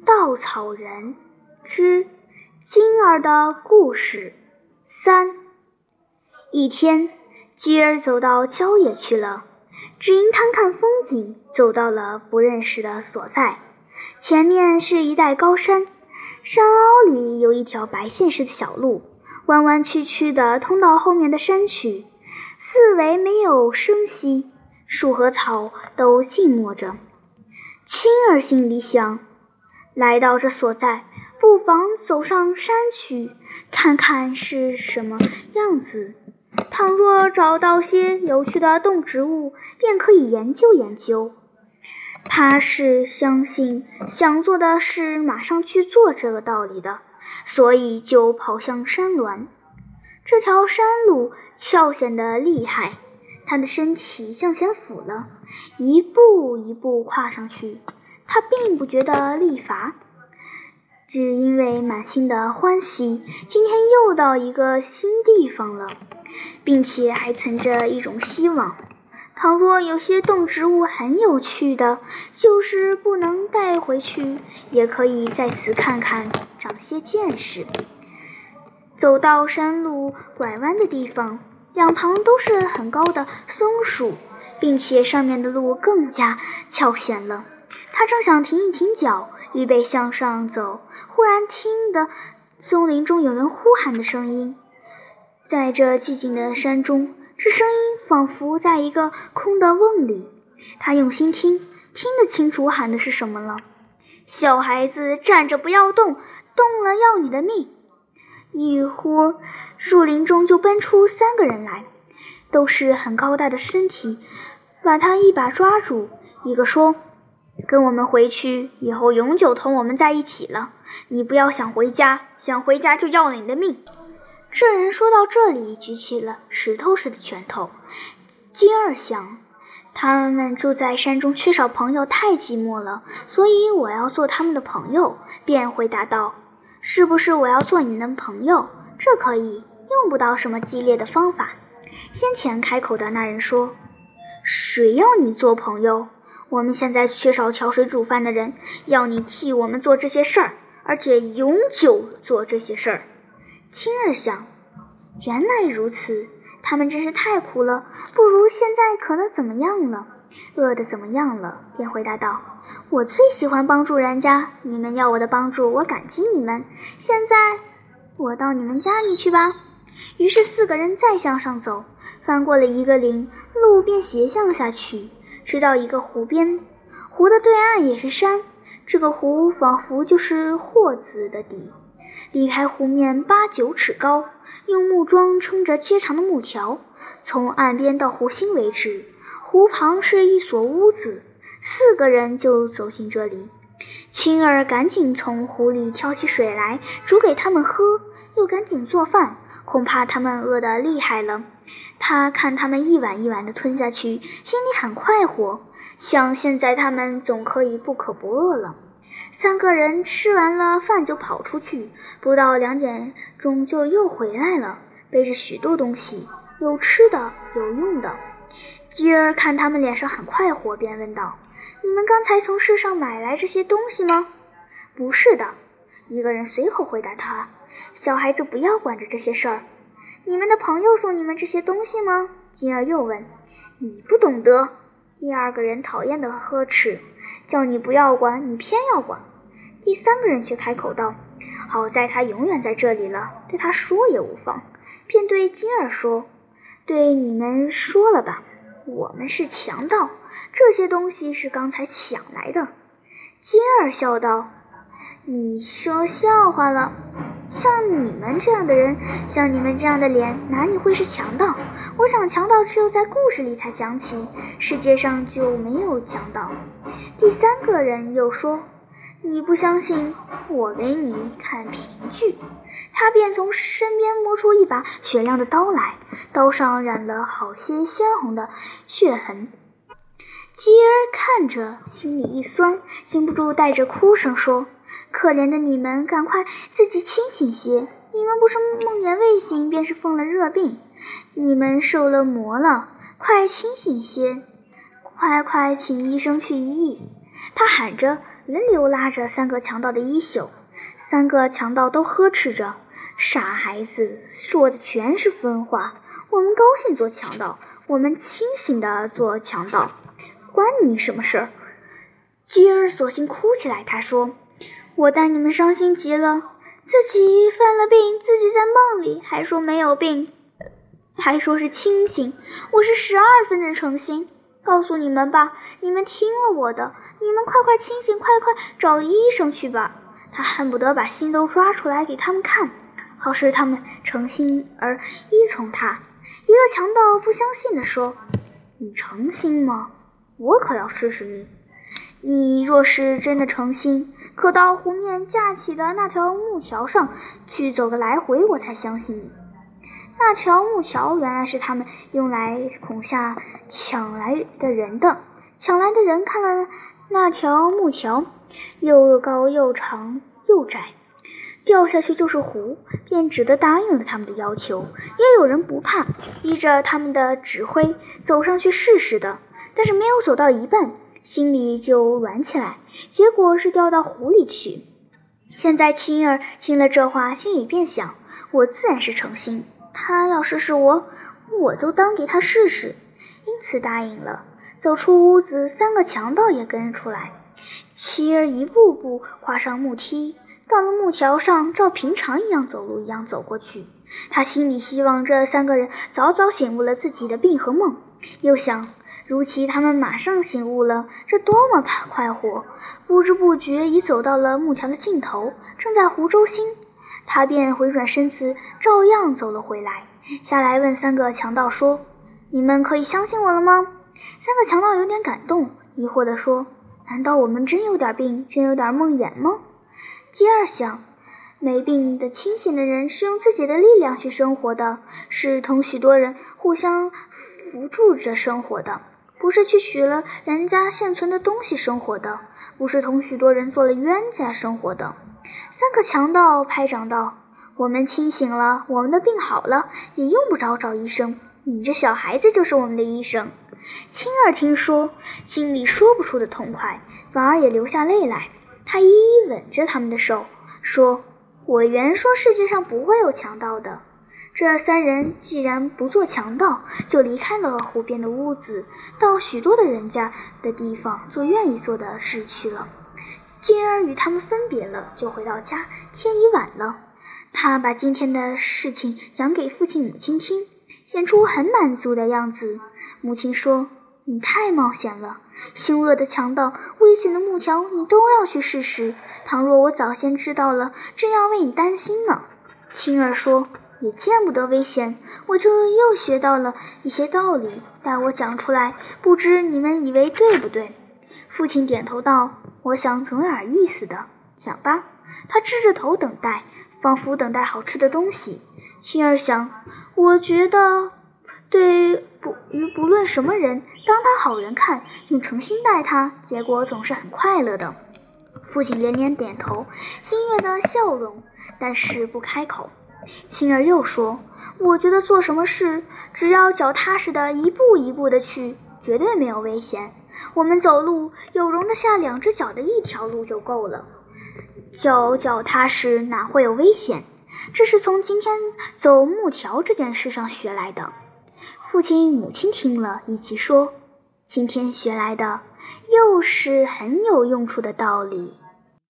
稻草人之金儿的故事3。一天，吉儿走到郊野去了，只因贪看风景，走到了不认识的所在。前面是一带高山，山凹里有一条白线似的小路，弯弯曲曲地通到后面的山去，四围没有声息，树和草都静默着。青儿心里想，来到这所在，不妨走上山去，看看是什么样子。倘若找到些有趣的动植物，便可以研究研究。他是相信想做的事马上去做这个道理的，所以就跑向山峦。这条山路峭险得厉害，他的身体向前俯了，一步一步跨上去。他并不觉得力乏，只因为满心的欢喜，今天又到一个新地方了，并且还存着一种希望。倘若有些动植物很有趣的，就是不能带回去，也可以在此看看，长些见识。走到山路拐弯的地方，两旁都是很高的松树，并且上面的路更加峭险了。他正想停一停脚，预备向上走，忽然听得松林中有人呼喊的声音。在这寂静的山中，这声音仿佛在一个空的瓮里。他用心听，听得清楚喊的是什么了。小孩子站着不要动，动了要你的命。一忽树林中就奔出3个人来，都是很高大的身体，把他一把抓住。一个说，跟我们回去，以后永久同我们在一起了，你不要想回家，想回家就要了你的命。这人说到这里，举起了石头似的拳头。金儿想，他们住在山中，缺少朋友，太寂寞了，所以我要做他们的朋友，便回答道，是不是我要做你的朋友？这可以，用不到什么激烈的方法。先前开口的那人说，谁要你做朋友？我们现在缺少挑水煮饭的人，要你替我们做这些事儿，而且永久做这些事儿。青儿想，原来如此，他们真是太苦了，不如现在渴得怎么样了，饿得怎么样了，便回答道，我最喜欢帮助人家，你们要我的帮助，我感激你们，现在我到你们家里去吧。于是4个人再向上走，翻过了一个岭，路便斜向下去，直到一个湖边，湖的对岸也是山，这个湖仿佛就是霍子的底，离开湖面8、9尺高，用木桩撑着切长的木条，从岸边到湖心为止。湖旁是一所屋子，4个人就走进这里。青儿赶紧从湖里挑起水来，煮给他们喝，又赶紧做饭，恐怕他们饿得厉害了。他看他们一碗一碗地吞下去，心里很快活，想现在他们总可以不渴不饿了。3个人吃完了饭就跑出去，不到2点钟就又回来了，背着许多东西，有吃的有用的。吉儿看他们脸上很快活，便问道，你们刚才从市上买来这些东西吗？不是的，一个人随口回答他，小孩子不要管着这些事儿。你们的朋友送你们这些东西吗？金儿又问。你不懂得。第2个人讨厌的呵斥，叫你不要管，你偏要管。第3个人却开口道，好在他永远在这里了，对他说也无妨，便对金儿说，对你们说了吧，我们是强盗，这些东西是刚才抢来的。金儿笑道，你说笑话了，像你们这样的人，像你们这样的脸，哪里会是强盗？我想强盗只有在故事里才讲起，世界上就没有强盗。第3个人又说，你不相信，我给你看凭据。他便从身边摸出一把雪亮的刀来，刀上染了好些鲜红的血痕。吉儿看着心里一酸，禁不住带着哭声说，可怜的你们，赶快自己清醒些，你们不是梦魇未醒，便是疯了热病，你们受了魔了，快清醒些，快请医生去医。他喊着轮流拉着3个强盗的衣袖。3个强盗都呵斥着：“傻孩子，说的全是疯话！我们高兴做强盗，我们清醒的做强盗，关你什么事儿？”吉尔索性哭起来，他说：“我带你们伤心极了，自己犯了病，自己在梦里还说没有病，还说是清醒，我是12分的诚心。告诉你们吧，你们听了我的，你们快清醒，快找医生去吧。”他恨不得把心都抓出来给他们看，好使他们诚心而依从他。一个强盗不相信地说：“你诚心吗？我可要试试你。你若是真的诚心，可到湖面架起的那条木桥上去走个来回，我才相信你。”那条木桥原来是他们用来恐吓抢来的人的。抢来的人看了那条木桥，又高又长又窄，掉下去就是湖，便只得答应了他们的要求。也有人不怕，依着他们的指挥走上去试试的，但是没有走到一半，心里就软起来，结果是掉到湖里去。现在青儿听了这话，心里便想：我自然是诚心，他要试试我，我就当给他试试，因此答应了。走出屋子，3个强盗也跟出来。妻儿一步步跨上木梯，到了木桥上，照平常一样走路一样走过去。他心里希望这3个人早早醒悟了自己的病和梦，又想如其他们马上醒悟了，这多么快活！不知不觉已走到了木桥的尽头，正在湖中心。他便回转身子，照样走了回来，下来问3个强盗说：“你们可以相信我了吗？”3个强盗有点感动，疑惑地说：“难道我们真有点病，真有点梦魇吗？”吉尔想，没病的清醒的人是用自己的力量去生活的，是同许多人互相扶助着生活的，不是去取了人家现存的东西生活的，不是同许多人做了冤家生活的。3个强盗拍掌道：“我们清醒了，我们的病好了，也用不着找医生，你这小孩子就是我们的医生。”青儿听说，心里说不出的痛快，反而也流下泪来。他一一吻着他们的手，说：“我原说世界上不会有强盗的。”这3人既然不做强盗，就离开了湖边的屋子，到许多的人家的地方做愿意做的事去了。金儿与他们分别了，就回到家，天已晚了。他把今天的事情讲给父亲母亲听，显出很满足的样子。母亲说：“你太冒险了，凶恶的强盗，危险的木桥，你都要去试试。倘若我早先知道了，真要为你担心呢。”青儿说：“也见不得危险，我就又学到了一些道理，待我讲出来，不知你们以为对不对？”父亲点头道：“我想总有点意思的，讲吧。”他支着头等待，仿佛等待好吃的东西。青儿想，我觉得不论什么人，当他好人看，用诚心待他，结果总是很快乐的。父亲连连点头，欣悦的笑容，但是不开口。青儿又说：“我觉得做什么事，只要脚踏实的一步一步的去，绝对没有危险。我们走路有容得下2只脚的一条路就够了，脚踏实哪会有危险？这是从今天走木条这件事上学来的。”父亲母亲听了，一起说：“今天学来的，又是很有用处的道理。”